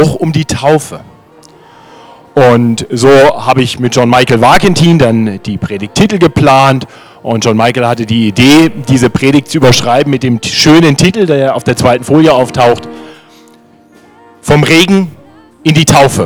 auch um die Taufe. Und so habe ich mit John Michael Warkentin dann die Predigttitel geplant und John Michael hatte die Idee, diese Predigt zu überschreiben mit dem schönen Titel, der auf der zweiten Folie auftaucht: Vom Regen in die Taufe.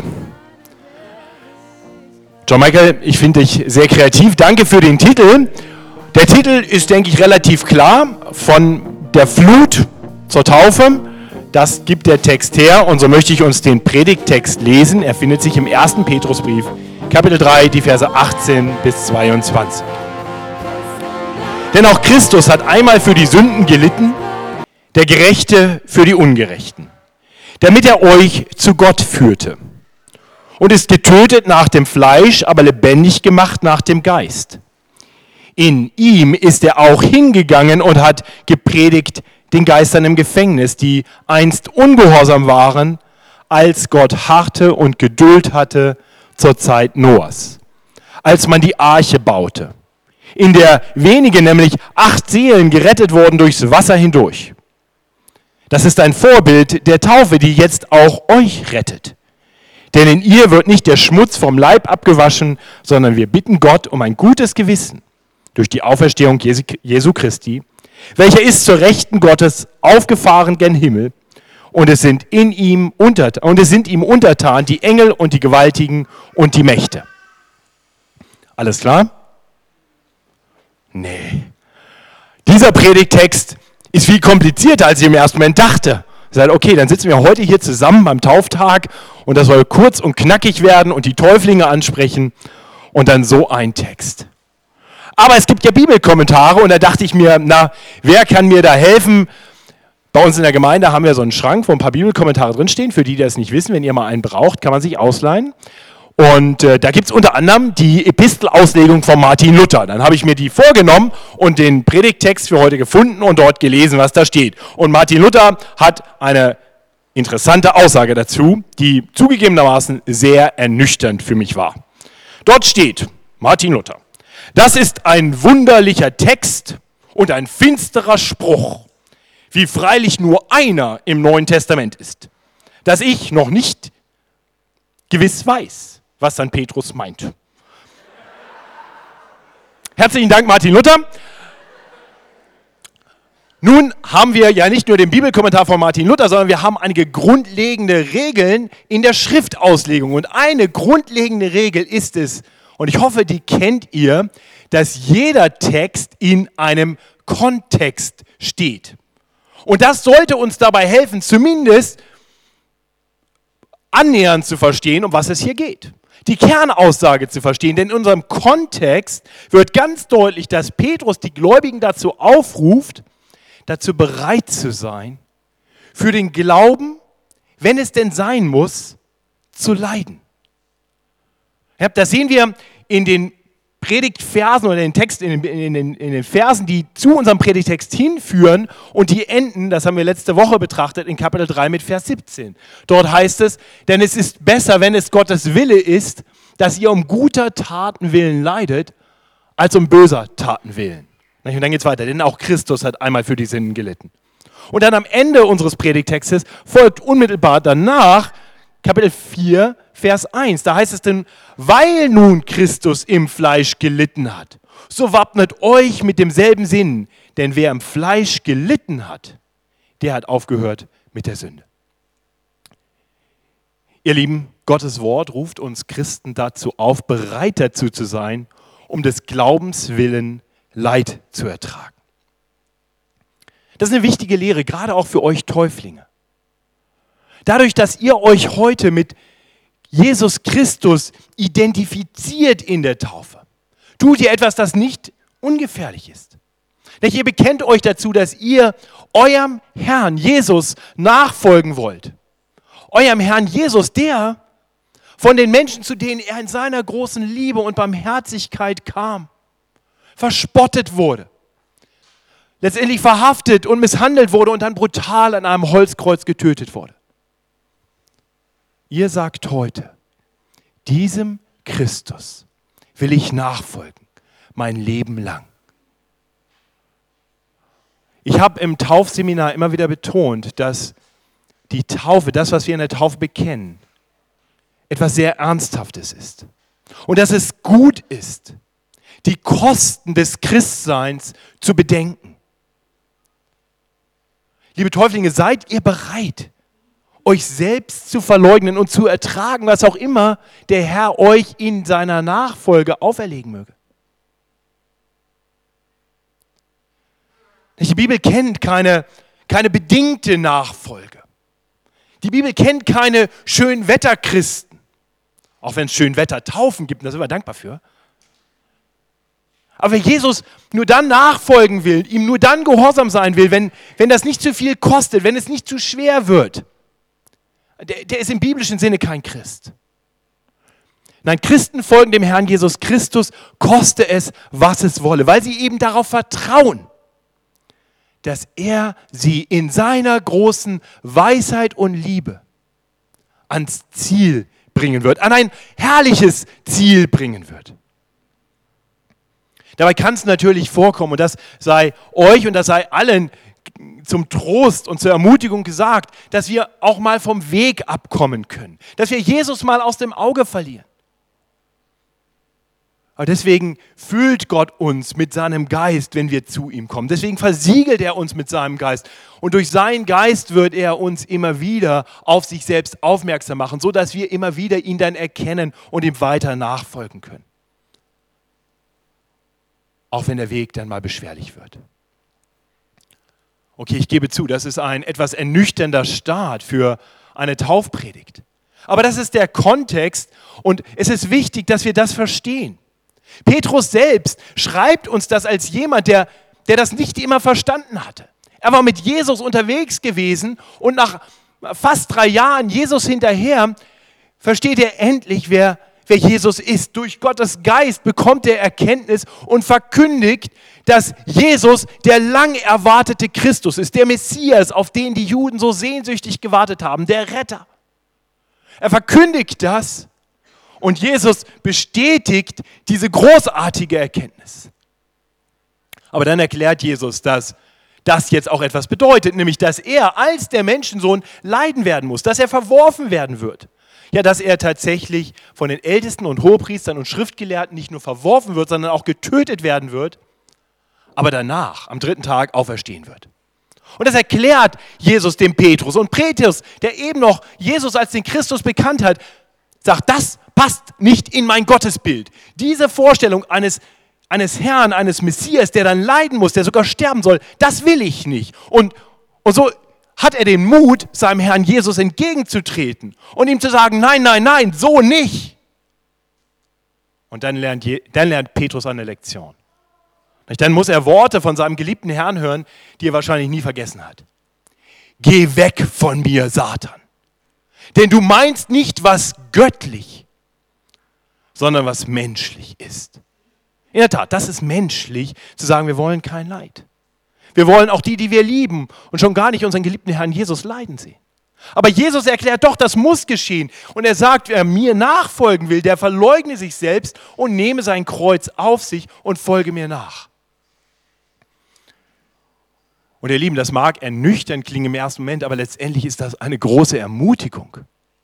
John Michael, ich finde dich sehr kreativ. Danke für den Titel. Der Titel ist, denke ich, relativ klar. Von der Flut zur Taufe. Das gibt der Text her und so möchte ich uns den Predigttext lesen. Er findet sich im 1. Petrusbrief, Kapitel 3, die Verse 18 bis 22. Denn auch Christus hat einmal für die Sünden gelitten, der Gerechte für die Ungerechten, damit er euch zu Gott führte. Und ist getötet nach dem Fleisch, aber lebendig gemacht nach dem Geist. In ihm ist er auch hingegangen und hat gepredigt den Geistern im Gefängnis, die einst ungehorsam waren, als Gott harrte und Geduld hatte zur Zeit Noahs, als man die Arche baute, in der wenige, nämlich 8 Seelen, gerettet wurden durchs Wasser hindurch. Das ist ein Vorbild der Taufe, die jetzt auch euch rettet. Denn in ihr wird nicht der Schmutz vom Leib abgewaschen, sondern wir bitten Gott um ein gutes Gewissen durch die Auferstehung Jesu Christi, welcher ist zur Rechten Gottes aufgefahren gen Himmel, und es sind ihm untertan die Engel und die Gewaltigen und die Mächte. Alles klar? Nee. Dieser Predigttext ist viel komplizierter, als ich im ersten Moment dachte. Ich sage, okay, dann sitzen wir heute hier zusammen beim Tauftag und das soll kurz und knackig werden und die Täuflinge ansprechen und dann so ein Text. Aber es gibt ja Bibelkommentare und da dachte ich mir, wer kann mir da helfen? Bei uns in der Gemeinde haben wir so einen Schrank, wo ein paar Bibelkommentare drinstehen. Für die das nicht wissen, wenn ihr mal einen braucht, kann man sich ausleihen. Und da gibt es unter anderem die Epistelauslegung von Martin Luther. Dann habe ich mir die vorgenommen und den Predigttext für heute gefunden und dort gelesen, was da steht. Und Martin Luther hat eine interessante Aussage dazu, die zugegebenermaßen sehr ernüchternd für mich war. Dort steht, Martin Luther: Das ist ein wunderlicher Text und ein finsterer Spruch, wie freilich nur einer im Neuen Testament ist, dass ich noch nicht gewiss weiß, was St. Petrus meint. Herzlichen Dank, Martin Luther. Nun haben wir ja nicht nur den Bibelkommentar von Martin Luther, sondern wir haben einige grundlegende Regeln in der Schriftauslegung. Und eine grundlegende Regel ist es, und ich hoffe, die kennt ihr, dass jeder Text in einem Kontext steht. Und das sollte uns dabei helfen, zumindest annähernd zu verstehen, um was es hier geht. Die Kernaussage zu verstehen, denn in unserem Kontext wird ganz deutlich, dass Petrus die Gläubigen dazu aufruft, dazu bereit zu sein, für den Glauben, wenn es denn sein muss, zu leiden. Das sehen wir in den Predigtversen oder in den Versen, die zu unserem Predigtext hinführen und die enden, das haben wir letzte Woche betrachtet, in Kapitel 3 mit Vers 17. Dort heißt es, denn es ist besser, wenn es Gottes Wille ist, dass ihr um guter Taten willen leidet, als um böser Taten willen. Und dann geht es weiter, denn auch Christus hat einmal für die Sünden gelitten. Und dann am Ende unseres Predigtextes folgt unmittelbar danach Kapitel 4, Vers 1. Da heißt es denn, weil nun Christus im Fleisch gelitten hat, so wappnet euch mit demselben Sinn. Denn wer im Fleisch gelitten hat, der hat aufgehört mit der Sünde. Ihr Lieben, Gottes Wort ruft uns Christen dazu auf, bereit dazu zu sein, um des Glaubens willen Leid zu ertragen. Das ist eine wichtige Lehre, gerade auch für euch Täuflinge. Dadurch, dass ihr euch heute mit Jesus Christus identifiziert in der Taufe, tut ihr etwas, das nicht ungefährlich ist. Denn ihr bekennt euch dazu, dass ihr eurem Herrn Jesus nachfolgen wollt. Eurem Herrn Jesus, der von den Menschen, zu denen er in seiner großen Liebe und Barmherzigkeit kam, verspottet wurde, letztendlich verhaftet und misshandelt wurde und dann brutal an einem Holzkreuz getötet wurde. Ihr sagt heute, diesem Christus will ich nachfolgen, mein Leben lang. Ich habe im Taufseminar immer wieder betont, dass die Taufe, das, was wir in der Taufe bekennen, etwas sehr Ernsthaftes ist. Und dass es gut ist, die Kosten des Christseins zu bedenken. Liebe Täuflinge, seid ihr bereit, euch selbst zu verleugnen und zu ertragen, was auch immer der Herr euch in seiner Nachfolge auferlegen möge? Die Bibel kennt keine bedingte Nachfolge. Die Bibel kennt keine Schönwetterchristen. Auch wenn es Schönwetter-Taufen gibt, da sind wir dankbar für. Aber wer Jesus nur dann nachfolgen will, ihm nur dann gehorsam sein will, wenn das nicht zu viel kostet, wenn es nicht zu schwer wird, der ist im biblischen Sinne kein Christ. Nein, Christen folgen dem Herrn Jesus Christus, koste es, was es wolle, weil sie eben darauf vertrauen, dass er sie in seiner großen Weisheit und Liebe ans Ziel bringen wird, an ein herrliches Ziel bringen wird. Dabei kann es natürlich vorkommen, und das sei euch und das sei allen zum Trost und zur Ermutigung gesagt, dass wir auch mal vom Weg abkommen können, dass wir Jesus mal aus dem Auge verlieren. Aber deswegen füllt Gott uns mit seinem Geist, wenn wir zu ihm kommen. Deswegen versiegelt er uns mit seinem Geist. Und durch seinen Geist wird er uns immer wieder auf sich selbst aufmerksam machen, sodass wir immer wieder ihn dann erkennen und ihm weiter nachfolgen können. Auch wenn der Weg dann mal beschwerlich wird. Okay, ich gebe zu, das ist ein etwas ernüchternder Start für eine Taufpredigt. Aber das ist der Kontext und es ist wichtig, dass wir das verstehen. Petrus selbst schreibt uns das als jemand, der das nicht immer verstanden hatte. Er war mit Jesus unterwegs gewesen und nach fast 3 Jahren Jesus hinterher versteht er endlich, wer Jesus ist. Durch Gottes Geist bekommt er Erkenntnis und verkündigt, dass Jesus der lang erwartete Christus ist, der Messias, auf den die Juden so sehnsüchtig gewartet haben, der Retter. Er verkündigt das und Jesus bestätigt diese großartige Erkenntnis. Aber dann erklärt Jesus, dass das jetzt auch etwas bedeutet, nämlich dass er als der Menschensohn leiden werden muss, dass er verworfen werden wird. Ja, dass er tatsächlich von den Ältesten und Hohepriestern und Schriftgelehrten nicht nur verworfen wird, sondern auch getötet werden wird, aber danach, am 3. Tag, auferstehen wird. Und das erklärt Jesus dem Petrus. Und Petrus, der eben noch Jesus als den Christus bekannt hat, sagt, das passt nicht in mein Gottesbild. Diese Vorstellung eines Herrn, eines Messias, der dann leiden muss, der sogar sterben soll, das will ich nicht. Und so hat er den Mut, seinem Herrn Jesus entgegenzutreten und ihm zu sagen, nein, nein, nein, so nicht. Und dann lernt Petrus eine Lektion. Dann muss er Worte von seinem geliebten Herrn hören, die er wahrscheinlich nie vergessen hat. Geh weg von mir, Satan. Denn du meinst nicht, was göttlich, sondern was menschlich ist. In der Tat, das ist menschlich, zu sagen, wir wollen kein Leid. Wir wollen auch die wir lieben und schon gar nicht unseren geliebten Herrn Jesus leiden sehen. Aber Jesus erklärt doch, das muss geschehen. Und er sagt, wer mir nachfolgen will, der verleugne sich selbst und nehme sein Kreuz auf sich und folge mir nach. Und ihr Lieben, das mag ernüchternd klingen im ersten Moment, aber letztendlich ist das eine große Ermutigung.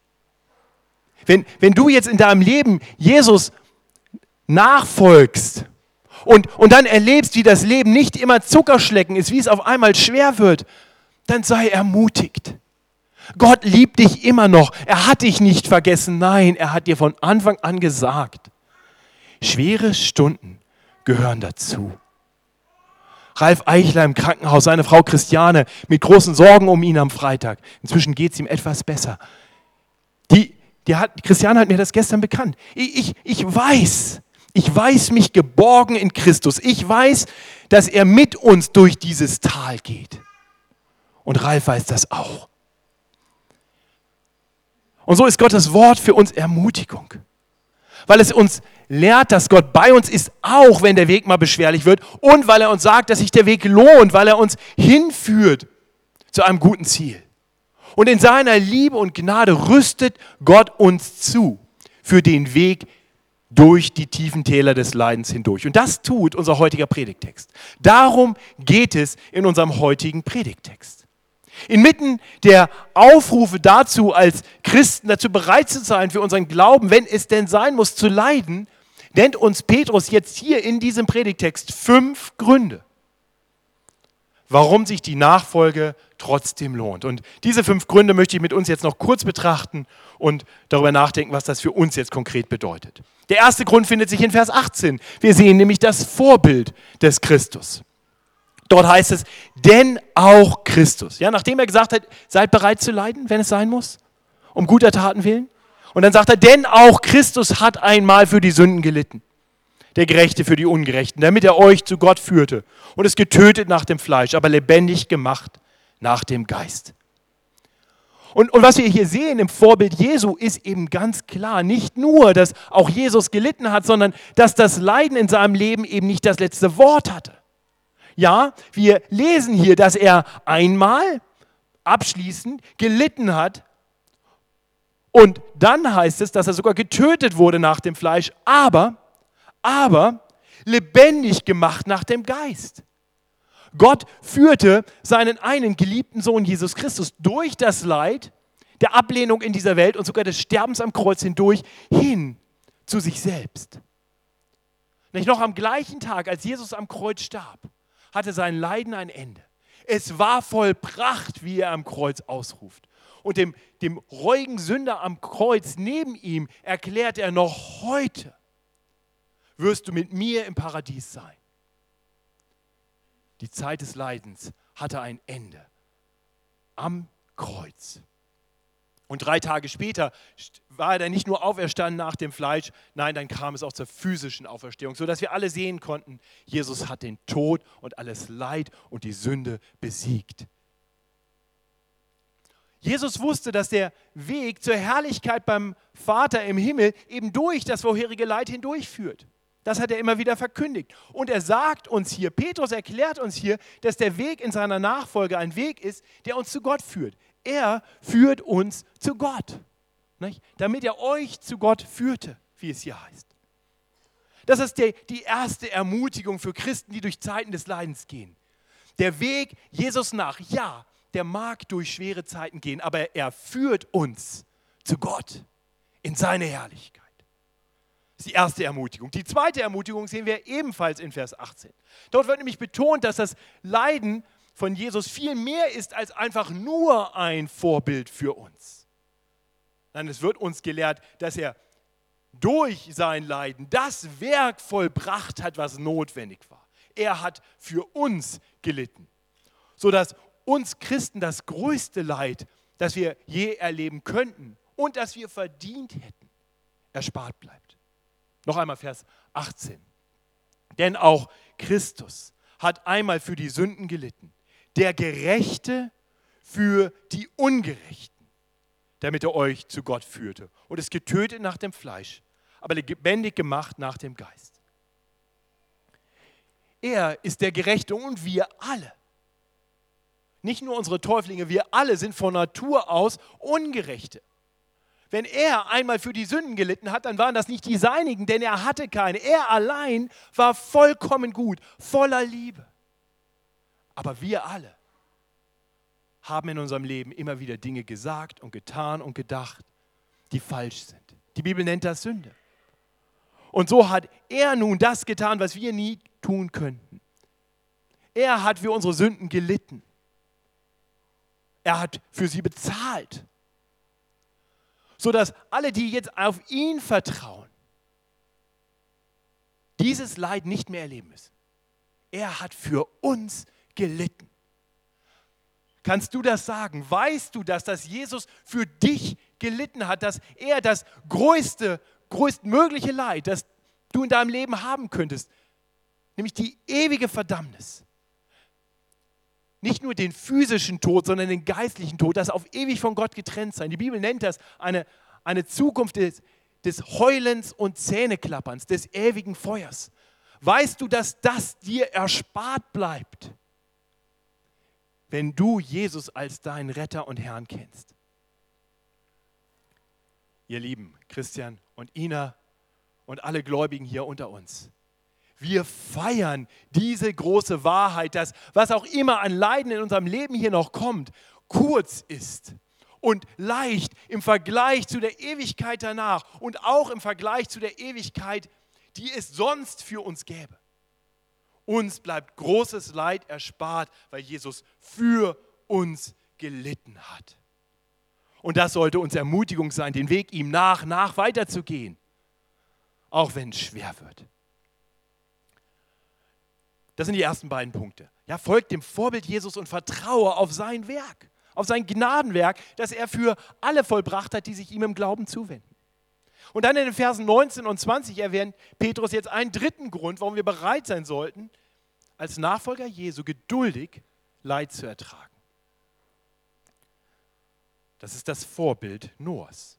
Wenn du jetzt in deinem Leben Jesus nachfolgst und dann erlebst, wie das Leben nicht immer Zuckerschlecken ist, wie es auf einmal schwer wird, dann sei ermutigt. Gott liebt dich immer noch. Er hat dich nicht vergessen. Nein, er hat dir von Anfang an gesagt, schwere Stunden gehören dazu. Ralf Eichler im Krankenhaus, seine Frau Christiane mit großen Sorgen um ihn am Freitag. Inzwischen geht es ihm etwas besser. Christiane hat mir das gestern bekannt. Ich weiß mich geborgen in Christus. Ich weiß, dass er mit uns durch dieses Tal geht. Und Ralf weiß das auch. Und so ist Gottes Wort für uns Ermutigung. Weil es uns lehrt, dass Gott bei uns ist, auch wenn der Weg mal beschwerlich wird. Und weil er uns sagt, dass sich der Weg lohnt, weil er uns hinführt zu einem guten Ziel. Und in seiner Liebe und Gnade rüstet Gott uns zu für den Weg durch die tiefen Täler des Leidens hindurch. Und das tut unser heutiger Predigttext. Darum geht es in unserem heutigen Predigttext. Inmitten der Aufrufe dazu, als Christen dazu bereit zu sein, für unseren Glauben, wenn es denn sein muss, zu leiden, nennt uns Petrus jetzt hier in diesem Predigtext 5 Gründe, warum sich die Nachfolge trotzdem lohnt. Und diese 5 Gründe möchte ich mit uns jetzt noch kurz betrachten und darüber nachdenken, was das für uns jetzt konkret bedeutet. Der erste Grund findet sich in Vers 18. Wir sehen nämlich das Vorbild des Christus. Dort heißt es, denn auch Christus. Ja, nachdem er gesagt hat, seid bereit zu leiden, wenn es sein muss, um guter Taten willen. Und dann sagt er, denn auch Christus hat einmal für die Sünden gelitten, der Gerechte für die Ungerechten, damit er euch zu Gott führte und ist getötet nach dem Fleisch, aber lebendig gemacht nach dem Geist. Und was wir hier sehen im Vorbild Jesu ist eben ganz klar, nicht nur, dass auch Jesus gelitten hat, sondern dass das Leiden in seinem Leben eben nicht das letzte Wort hatte. Ja, wir lesen hier, dass er einmal abschließend gelitten hat und dann heißt es, dass er sogar getötet wurde nach dem Fleisch, aber lebendig gemacht nach dem Geist. Gott führte seinen einen geliebten Sohn Jesus Christus durch das Leid der Ablehnung in dieser Welt und sogar des Sterbens am Kreuz hindurch hin zu sich selbst. Nicht noch am gleichen Tag, als Jesus am Kreuz starb, hatte sein Leiden ein Ende. Es war vollbracht, wie er am Kreuz ausruft. Und dem reuigen Sünder am Kreuz neben ihm erklärt er noch heute, wirst du mit mir im Paradies sein. Die Zeit des Leidens hatte ein Ende am Kreuz. Und 3 Tage später war er dann nicht nur auferstanden nach dem Fleisch, nein, dann kam es auch zur physischen Auferstehung, sodass wir alle sehen konnten, Jesus hat den Tod und alles Leid und die Sünde besiegt. Jesus wusste, dass der Weg zur Herrlichkeit beim Vater im Himmel eben durch das vorherige Leid hindurchführt. Das hat er immer wieder verkündigt. Und er sagt uns hier, Petrus erklärt uns hier, dass der Weg in seiner Nachfolge ein Weg ist, der uns zu Gott führt. Er führt uns zu Gott, nicht? Damit er euch zu Gott führte, wie es hier heißt. Das ist die erste Ermutigung für Christen, die durch Zeiten des Leidens gehen. Der Weg Jesus nach, ja, der mag durch schwere Zeiten gehen, aber er führt uns zu Gott in seine Herrlichkeit. Das ist die erste Ermutigung. Die zweite Ermutigung sehen wir ebenfalls in Vers 18. Dort wird nämlich betont, dass das Leiden von Jesus viel mehr ist als einfach nur ein Vorbild für uns. Nein, es wird uns gelehrt, dass er durch sein Leiden das Werk vollbracht hat, was notwendig war. Er hat für uns gelitten, sodass uns Christen das größte Leid, das wir je erleben könnten und das wir verdient hätten, erspart bleibt. Noch einmal Vers 18. Denn auch Christus hat einmal für die Sünden gelitten, der Gerechte für die Ungerechten, damit er euch zu Gott führte und ist getötet nach dem Fleisch, aber lebendig gemacht nach dem Geist. Er ist der Gerechte und wir alle. Nicht nur unsere Täuflinge, wir alle sind von Natur aus Ungerechte. Wenn er einmal für die Sünden gelitten hat, dann waren das nicht die Seinigen, denn er hatte keine. Er allein war vollkommen gut, voller Liebe. Aber wir alle haben in unserem Leben immer wieder Dinge gesagt und getan und gedacht, die falsch sind. Die Bibel nennt das Sünde. Und so hat er nun das getan, was wir nie tun könnten. Er hat für unsere Sünden gelitten. Er hat für sie bezahlt, sodass alle, die jetzt auf ihn vertrauen, dieses Leid nicht mehr erleben müssen. Er hat für uns gelitten. Kannst du das sagen? Weißt du das, dass Jesus für dich gelitten hat, dass er das größtmögliche Leid, das du in deinem Leben haben könntest, nämlich die ewige Verdammnis, nicht nur den physischen Tod, sondern den geistlichen Tod, das auf ewig von Gott getrennt sein. Die Bibel nennt das eine Zukunft des Heulens und Zähneklapperns, des ewigen Feuers. Weißt du, dass das dir erspart bleibt, wenn du Jesus als deinen Retter und Herrn kennst? Ihr Lieben, Christian und Ina und alle Gläubigen hier unter uns, wir feiern diese große Wahrheit, dass was auch immer an Leiden in unserem Leben hier noch kommt, kurz ist und leicht im Vergleich zu der Ewigkeit danach und auch im Vergleich zu der Ewigkeit, die es sonst für uns gäbe. Uns bleibt großes Leid erspart, weil Jesus für uns gelitten hat. Und das sollte uns Ermutigung sein, den Weg ihm nach weiterzugehen, auch wenn es schwer wird. Das sind die ersten beiden Punkte. Ja, folgt dem Vorbild Jesus und vertraue auf sein Werk, auf sein Gnadenwerk, das er für alle vollbracht hat, die sich ihm im Glauben zuwenden. Und dann in den Versen 19 und 20 erwähnt Petrus jetzt einen dritten Grund, warum wir bereit sein sollten, als Nachfolger Jesu geduldig Leid zu ertragen. Das ist das Vorbild Noahs.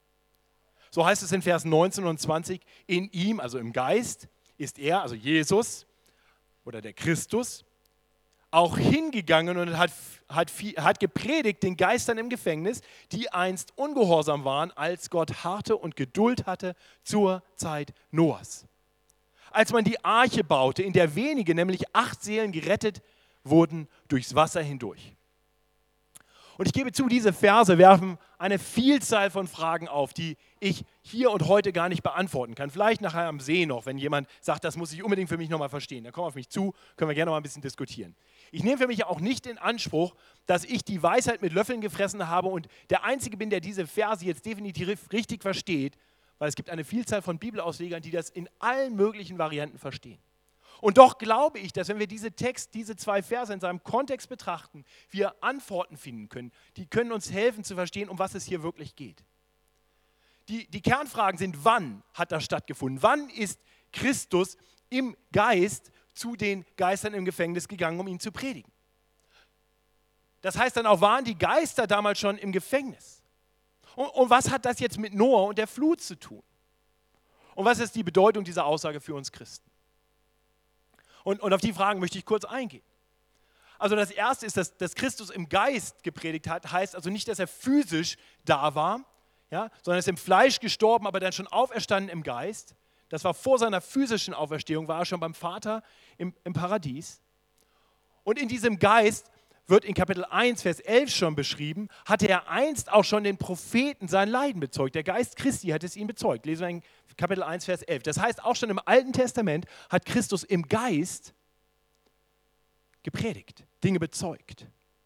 So heißt es in Versen 19 und 20, in ihm, also im Geist, ist er, also Jesus oder der Christus, auch hingegangen und hat gepredigt den Geistern im Gefängnis, die einst ungehorsam waren, als Gott harrte und Geduld hatte zur Zeit Noahs. Als man die Arche baute, in der wenige, nämlich 8 Seelen gerettet wurden durchs Wasser hindurch. Und ich gebe zu, diese Verse werfen eine Vielzahl von Fragen auf, die ich hier und heute gar nicht beantworten kann. Vielleicht nachher am See noch, wenn jemand sagt, das muss ich unbedingt für mich nochmal verstehen. Dann komm auf mich zu, können wir gerne noch mal ein bisschen diskutieren. Ich nehme für mich auch nicht in Anspruch, dass ich die Weisheit mit Löffeln gefressen habe und der Einzige bin, der diese Verse jetzt definitiv richtig versteht, weil es gibt eine Vielzahl von Bibelauslegern, die das in allen möglichen Varianten verstehen. Und doch glaube ich, dass wenn wir diese 2 Verse in seinem Kontext betrachten, wir Antworten finden können. Die können uns helfen zu verstehen, um was es hier wirklich geht. Die Kernfragen sind, wann hat das stattgefunden? Wann ist Christus im Geist zu den Geistern im Gefängnis gegangen, um ihn zu predigen? Das heißt dann auch, waren die Geister damals schon im Gefängnis? Und was hat das jetzt mit Noah und der Flut zu tun? Und was ist die Bedeutung dieser Aussage für uns Christen? Und auf die Fragen möchte ich kurz eingehen. Also das Erste ist, dass Christus im Geist gepredigt hat, heißt also nicht, dass er physisch da war, ja, sondern er ist im Fleisch gestorben, aber dann schon auferstanden im Geist. Das war vor seiner physischen Auferstehung, war er schon beim Vater im Paradies. Und in diesem Geist wird in Kapitel 1, Vers 11 schon beschrieben, hatte er einst auch schon den Propheten sein Leiden bezeugt. Der Geist Christi hat es ihm bezeugt. Lesen wir in Kapitel 1, Vers 11. Das heißt, auch schon im Alten Testament hat Christus im Geist gepredigt, Dinge bezeugt.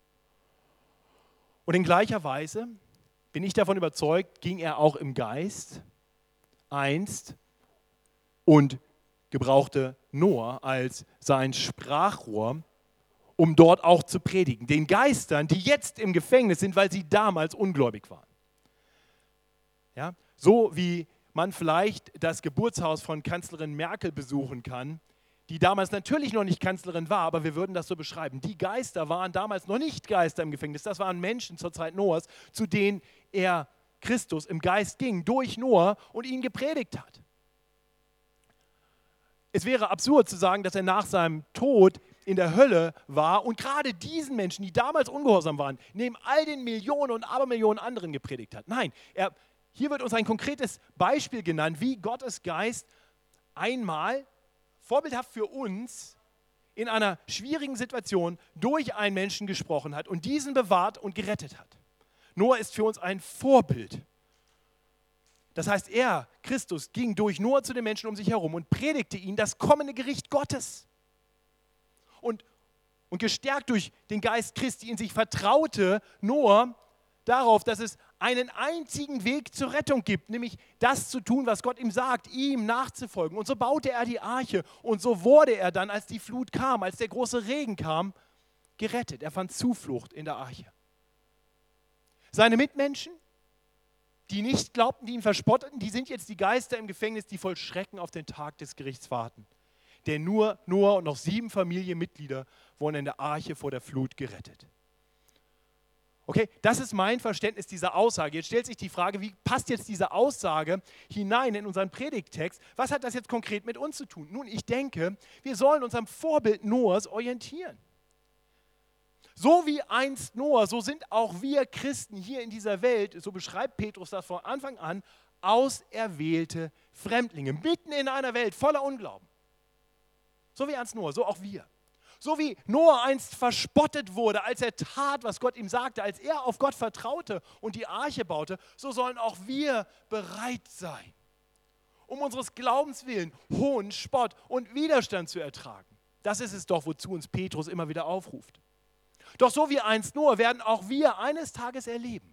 Und in gleicher Weise, bin ich davon überzeugt, ging er auch im Geist einst und gebrauchte Noah als sein Sprachrohr, um dort auch zu predigen. Den Geistern, die jetzt im Gefängnis sind, weil sie damals ungläubig waren. Ja? So wie man vielleicht das Geburtshaus von Kanzlerin Merkel besuchen kann, die damals natürlich noch nicht Kanzlerin war, aber wir würden das so beschreiben. Die Geister waren damals noch nicht Geister im Gefängnis. Das waren Menschen zur Zeit Noahs, zu denen er, Christus, im Geist ging, durch Noah und ihnen gepredigt hat. Es wäre absurd zu sagen, dass er nach seinem Tod in der Hölle war und gerade diesen Menschen, die damals ungehorsam waren, neben all den Millionen und Abermillionen anderen gepredigt hat. Nein, hier wird uns ein konkretes Beispiel genannt, wie Gottes Geist einmal, vorbildhaft für uns, in einer schwierigen Situation durch einen Menschen gesprochen hat und diesen bewahrt und gerettet hat. Noah ist für uns ein Vorbild. Das heißt, er, Christus, ging durch Noah zu den Menschen um sich herum und predigte ihnen das kommende Gericht Gottes. Und gestärkt durch den Geist Christi in sich vertraute Noah darauf, dass es einen einzigen Weg zur Rettung gibt, nämlich das zu tun, was Gott ihm sagt, ihm nachzufolgen. Und so baute er die Arche und so wurde er dann, als die Flut kam, als der große Regen kam, gerettet. Er fand Zuflucht in der Arche. Seine Mitmenschen, die nicht glaubten, die ihn verspotteten, die sind jetzt die Geister im Gefängnis, die voll Schrecken auf den Tag des Gerichts warten. Denn nur Noah und noch 7 Familienmitglieder wurden in der Arche vor der Flut gerettet. Okay, das ist mein Verständnis dieser Aussage. Jetzt stellt sich die Frage, wie passt jetzt diese Aussage hinein in unseren Predigttext? Was hat das jetzt konkret mit uns zu tun? Nun, ich denke, wir sollen uns am Vorbild Noahs orientieren. So wie einst Noah, so sind auch wir Christen hier in dieser Welt, so beschreibt Petrus das von Anfang an, auserwählte Fremdlinge, mitten in einer Welt voller Unglauben. So wie einst Noah, so auch wir. So wie Noah einst verspottet wurde, als er tat, was Gott ihm sagte, als er auf Gott vertraute und die Arche baute, so sollen auch wir bereit sein, um unseres Glaubens willen Hohn, Spott und Widerstand zu ertragen. Das ist es doch, wozu uns Petrus immer wieder aufruft. Doch so wie einst Noah werden auch wir eines Tages erleben,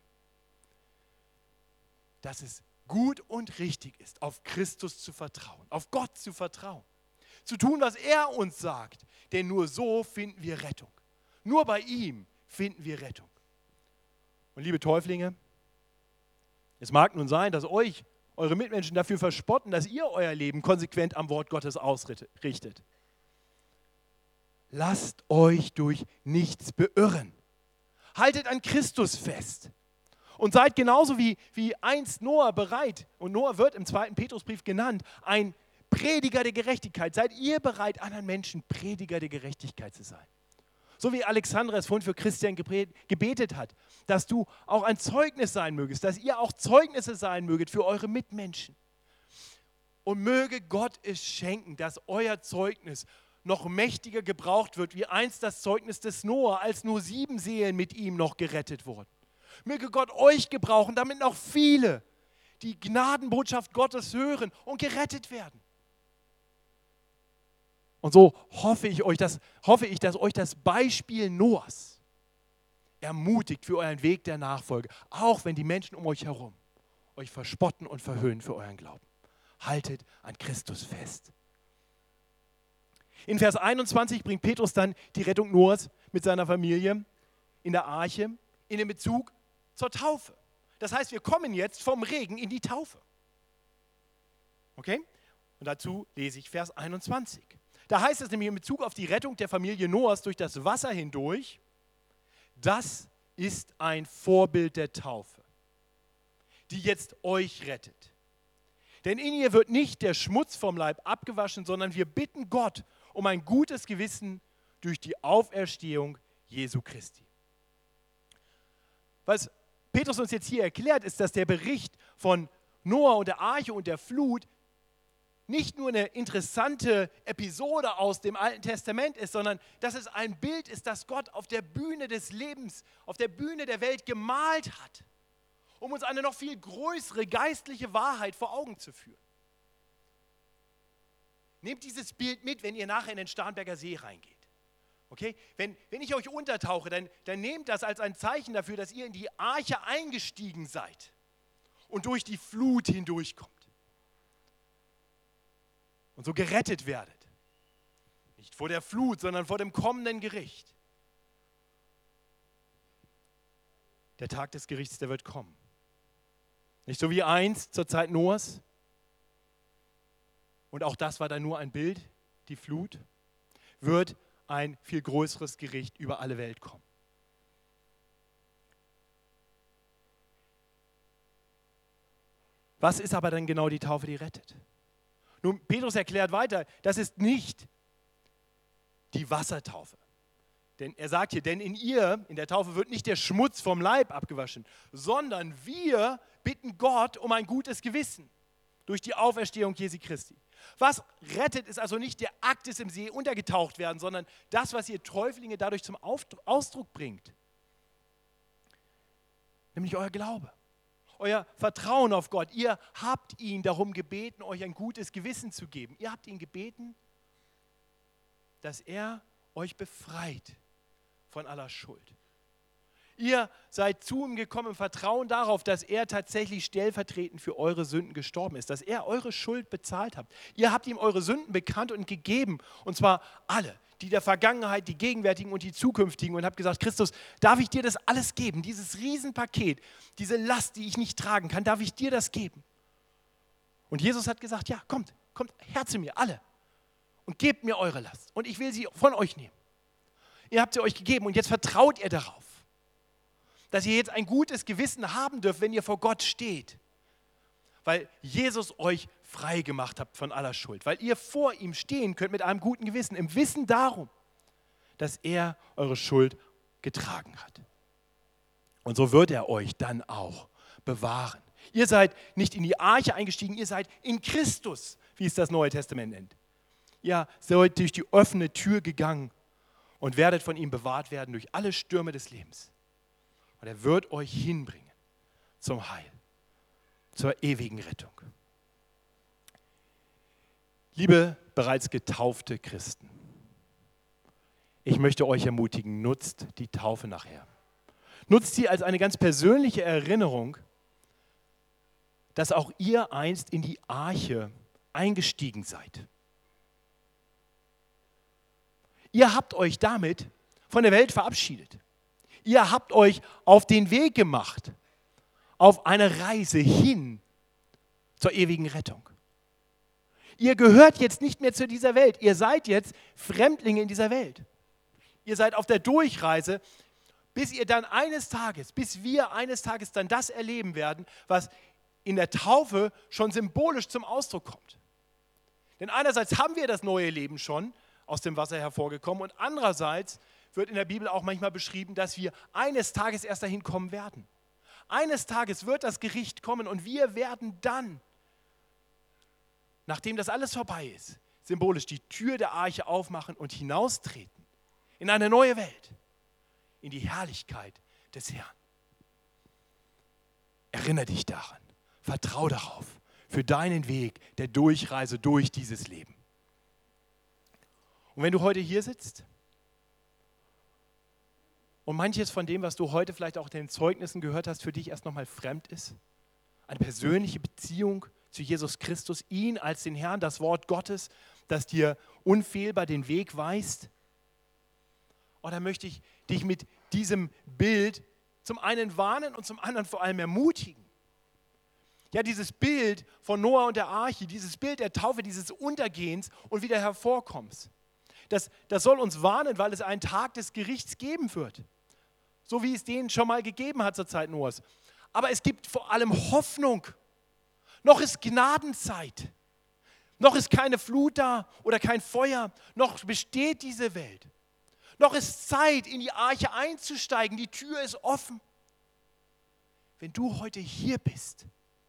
dass es gut und richtig ist, auf Christus zu vertrauen, auf Gott zu vertrauen, zu tun, was er uns sagt, denn nur so finden wir Rettung. Nur bei ihm finden wir Rettung. Und liebe Täuflinge, es mag nun sein, dass euch eure Mitmenschen dafür verspotten, dass ihr euer Leben konsequent am Wort Gottes ausrichtet. Lasst euch durch nichts beirren. Haltet an Christus fest. Und seid genauso wie einst Noah bereit, und Noah wird im 2. Petrusbrief genannt, ein Prediger der Gerechtigkeit. Seid ihr bereit, anderen Menschen Prediger der Gerechtigkeit zu sein? So wie Alexandra es vorhin für Christian gebetet hat, dass du auch ein Zeugnis sein mögest, dass ihr auch Zeugnisse sein möget für eure Mitmenschen. Und möge Gott es schenken, dass euer Zeugnis noch mächtiger gebraucht wird, wie einst das Zeugnis des Noah, als nur 7 Seelen mit ihm noch gerettet wurden. Möge Gott euch gebrauchen, damit noch viele die Gnadenbotschaft Gottes hören und gerettet werden. Und so hoffe ich, dass euch das Beispiel Noahs ermutigt für euren Weg der Nachfolge, auch wenn die Menschen um euch herum euch verspotten und verhöhnen für euren Glauben. Haltet an Christus fest. In Vers 21 bringt Petrus dann die Rettung Noahs mit seiner Familie in der Arche in den Bezug zur Taufe. Das heißt, wir kommen jetzt vom Regen in die Taufe. Okay? Und dazu lese ich Vers 21. Da heißt es nämlich in Bezug auf die Rettung der Familie Noahs durch das Wasser hindurch, das ist ein Vorbild der Taufe, die jetzt euch rettet. Denn in ihr wird nicht der Schmutz vom Leib abgewaschen, sondern wir bitten Gott um ein gutes Gewissen durch die Auferstehung Jesu Christi. Was Petrus uns jetzt hier erklärt, ist, dass der Bericht von Noah und der Arche und der Flut nicht nur eine interessante Episode aus dem Alten Testament ist, sondern dass es ein Bild ist, das Gott auf der Bühne des Lebens, auf der Bühne der Welt gemalt hat, um uns eine noch viel größere geistliche Wahrheit vor Augen zu führen. Nehmt dieses Bild mit, wenn ihr nachher in den Starnberger See reingeht. Okay? Wenn ich euch untertauche, dann nehmt das als ein Zeichen dafür, dass ihr in die Arche eingestiegen seid und durch die Flut hindurchkommt. Und so gerettet werdet. Nicht vor der Flut, sondern vor dem kommenden Gericht. Der Tag des Gerichts, der wird kommen. Nicht so wie einst zur Zeit Noahs. Und auch das war dann nur ein Bild, die Flut, wird ein viel größeres Gericht über alle Welt kommen. Was ist aber dann genau die Taufe, die rettet? Nun, Petrus erklärt weiter, das ist nicht die Wassertaufe. Denn er sagt hier, denn in ihr, in der Taufe, wird nicht der Schmutz vom Leib abgewaschen, sondern wir bitten Gott um ein gutes Gewissen durch die Auferstehung Jesu Christi. Was rettet, ist also nicht der Akt des im See untergetaucht werden, sondern das, was ihr Täuflinge dadurch zum Ausdruck bringt. Nämlich euer Glaube. Euer Vertrauen auf Gott. Ihr habt ihn darum gebeten, euch ein gutes Gewissen zu geben. Ihr habt ihn gebeten, dass er euch befreit von aller Schuld. Ihr seid zu ihm gekommen im Vertrauen darauf, dass er tatsächlich stellvertretend für eure Sünden gestorben ist, dass er eure Schuld bezahlt hat. Ihr habt ihm eure Sünden bekannt und gegeben, und zwar alle, die der Vergangenheit, die gegenwärtigen und die zukünftigen, und habt gesagt, Christus, darf ich dir das alles geben, dieses Riesenpaket, diese Last, die ich nicht tragen kann, darf ich dir das geben? Und Jesus hat gesagt, ja, kommt her zu mir, alle, und gebt mir eure Last, und ich will sie von euch nehmen. Ihr habt sie euch gegeben, und jetzt vertraut ihr darauf, dass ihr jetzt ein gutes Gewissen haben dürft, wenn ihr vor Gott steht, weil Jesus euch frei gemacht hat von aller Schuld, weil ihr vor ihm stehen könnt mit einem guten Gewissen, im Wissen darum, dass er eure Schuld getragen hat. Und so wird er euch dann auch bewahren. Ihr seid nicht in die Arche eingestiegen, ihr seid in Christus, wie es das Neue Testament nennt. Ihr seid durch die offene Tür gegangen und werdet von ihm bewahrt werden durch alle Stürme des Lebens. Und er wird euch hinbringen zum Heil, zur ewigen Rettung. Liebe bereits getaufte Christen, ich möchte euch ermutigen, nutzt die Taufe nachher. Nutzt sie als eine ganz persönliche Erinnerung, dass auch ihr einst in die Arche eingestiegen seid. Ihr habt euch damit von der Welt verabschiedet. Ihr habt euch auf den Weg gemacht, auf eine Reise hin zur ewigen Rettung. Ihr gehört jetzt nicht mehr zu dieser Welt. Ihr seid jetzt Fremdlinge in dieser Welt. Ihr seid auf der Durchreise, bis wir eines Tages dann das erleben werden, was in der Taufe schon symbolisch zum Ausdruck kommt. Denn einerseits haben wir das neue Leben schon aus dem Wasser hervorgekommen und andererseits wird in der Bibel auch manchmal beschrieben, dass wir eines Tages erst dahin kommen werden. Eines Tages wird das Gericht kommen und wir werden dann, nachdem das alles vorbei ist, symbolisch die Tür der Arche aufmachen und hinaustreten in eine neue Welt, in die Herrlichkeit des Herrn. Erinnere dich daran, vertrau darauf für deinen Weg der Durchreise durch dieses Leben. Und wenn du heute hier sitzt und manches von dem, was du heute vielleicht auch in den Zeugnissen gehört hast, für dich erst nochmal fremd ist, eine persönliche Beziehung zu Jesus Christus, ihn als den Herrn, das Wort Gottes, das dir unfehlbar den Weg weist, oder möchte ich dich mit diesem Bild zum einen warnen und zum anderen vor allem ermutigen. Ja, dieses Bild von Noah und der Arche, dieses Bild der Taufe, dieses Untergehens und wieder Hervorkommens. Das soll uns warnen, weil es einen Tag des Gerichts geben wird. So wie es den schon mal gegeben hat zur Zeit Noahs. Aber es gibt vor allem Hoffnung. Noch ist Gnadenzeit. Noch ist keine Flut da oder kein Feuer. Noch besteht diese Welt. Noch ist Zeit, in die Arche einzusteigen. Die Tür ist offen. Wenn du heute hier bist,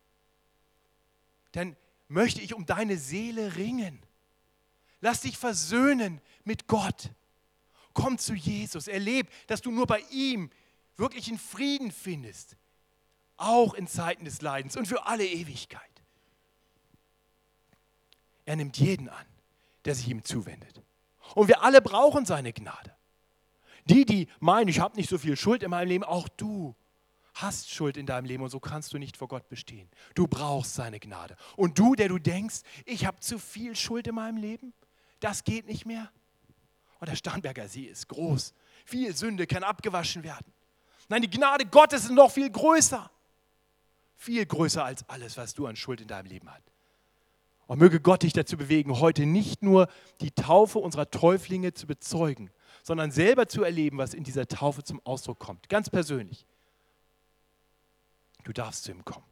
dann möchte ich um deine Seele ringen. Lass dich versöhnen mit Gott. Komm zu Jesus. Erleb, dass du nur bei ihm wirklichen Frieden findest. Auch in Zeiten des Leidens und für alle Ewigkeit. Er nimmt jeden an, der sich ihm zuwendet. Und wir alle brauchen seine Gnade. Die meinen, ich habe nicht so viel Schuld in meinem Leben, auch du hast Schuld in deinem Leben und so kannst du nicht vor Gott bestehen. Du brauchst seine Gnade. Und du, der du denkst, ich habe zu viel Schuld in meinem Leben, das geht nicht mehr. Und der Starnberger See ist groß. Viel Sünde kann abgewaschen werden. Nein, die Gnade Gottes ist noch viel größer. Viel größer als alles, was du an Schuld in deinem Leben hast. Und möge Gott dich dazu bewegen, heute nicht nur die Taufe unserer Täuflinge zu bezeugen, sondern selber zu erleben, was in dieser Taufe zum Ausdruck kommt. Ganz persönlich. Du darfst zu ihm kommen.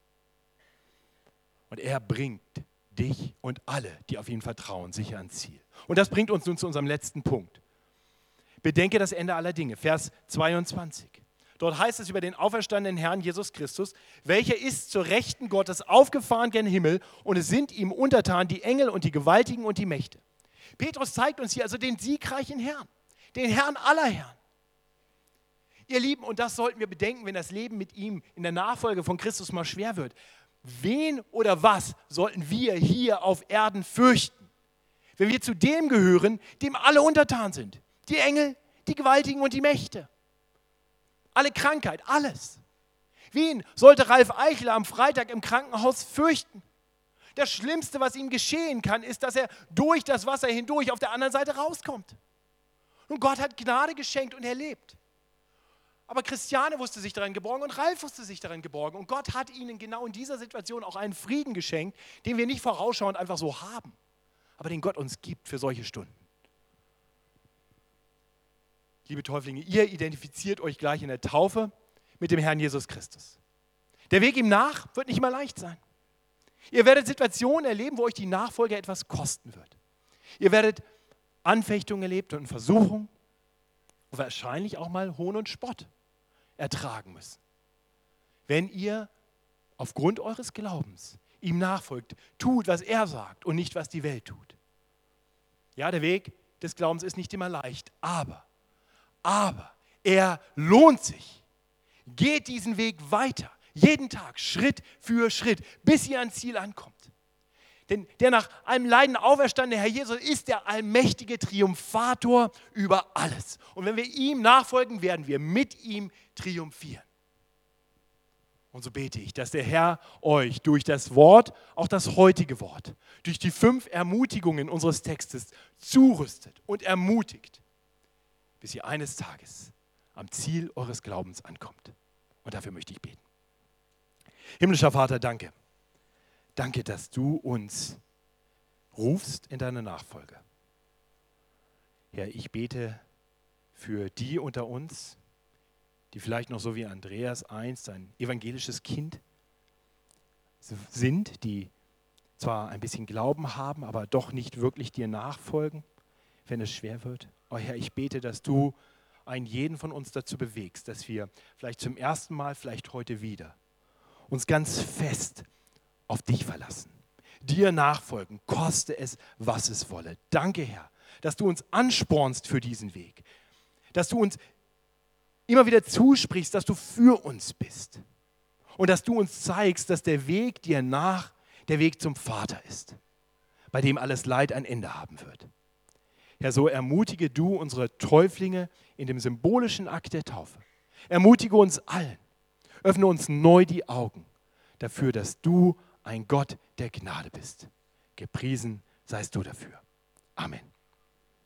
Und er bringt dich und alle, die auf ihn vertrauen, sicher ans Ziel. Und das bringt uns nun zu unserem letzten Punkt. Bedenke das Ende aller Dinge, Vers 22. Dort heißt es über den auferstandenen Herrn Jesus Christus, welcher ist zur Rechten Gottes aufgefahren gen Himmel und es sind ihm untertan die Engel und die Gewaltigen und die Mächte. Petrus zeigt uns hier also den siegreichen Herrn, den Herrn aller Herren. Ihr Lieben, und das sollten wir bedenken, wenn das Leben mit ihm in der Nachfolge von Christus mal schwer wird. Wen oder was sollten wir hier auf Erden fürchten, wenn wir zu dem gehören, dem alle untertan sind? Die Engel, die Gewaltigen und die Mächte. Alle Krankheit, alles. Wen sollte Ralf Eichler am Freitag im Krankenhaus fürchten? Das Schlimmste, was ihm geschehen kann, ist, dass er durch das Wasser hindurch auf der anderen Seite rauskommt. Und Gott hat Gnade geschenkt und er lebt. Aber Christiane wusste sich daran geborgen und Ralf wusste sich daran geborgen. Und Gott hat ihnen genau in dieser Situation auch einen Frieden geschenkt, den wir nicht vorausschauend einfach so haben, aber den Gott uns gibt für solche Stunden. Liebe Täuflinge, ihr identifiziert euch gleich in der Taufe mit dem Herrn Jesus Christus. Der Weg ihm nach wird nicht immer leicht sein. Ihr werdet Situationen erleben, wo euch die Nachfolge etwas kosten wird. Ihr werdet Anfechtungen erlebt und Versuchung und wahrscheinlich auch mal Hohn und Spott ertragen müssen. Wenn ihr aufgrund eures Glaubens ihm nachfolgt, tut, was er sagt und nicht, was die Welt tut. Ja, der Weg des Glaubens ist nicht immer leicht, aber er lohnt sich. Geht diesen Weg weiter, jeden Tag, Schritt für Schritt, bis ihr ans Ziel ankommt. Denn der nach allem Leiden auferstandene Herr Jesus ist der allmächtige Triumphator über alles. Und wenn wir ihm nachfolgen, werden wir mit ihm triumphieren. Und so bete ich, dass der Herr euch durch das Wort, auch das heutige Wort, durch die 5 Ermutigungen unseres Textes zurüstet und ermutigt, bis ihr eines Tages am Ziel eures Glaubens ankommt. Und dafür möchte ich beten. Himmlischer Vater, danke. Danke, dass du uns rufst in deine Nachfolge. Herr, ich bete für die unter uns, die vielleicht noch so wie Andreas einst ein evangelisches Kind sind, die zwar ein bisschen Glauben haben, aber doch nicht wirklich dir nachfolgen, wenn es schwer wird. Oh Herr, ich bete, dass du einen jeden von uns dazu bewegst, dass wir vielleicht zum ersten Mal, vielleicht heute wieder, uns ganz fest auf dich verlassen, dir nachfolgen, koste es, was es wolle. Danke, Herr, dass du uns anspornst für diesen Weg, dass du uns immer wieder zusprichst, dass du für uns bist und dass du uns zeigst, dass der Weg dir nach der Weg zum Vater ist, bei dem alles Leid ein Ende haben wird. Herr, so ermutige du unsere Täuflinge in dem symbolischen Akt der Taufe. Ermutige uns allen, öffne uns neu die Augen dafür, dass du ein Gott der Gnade bist. Gepriesen seist du dafür. Amen.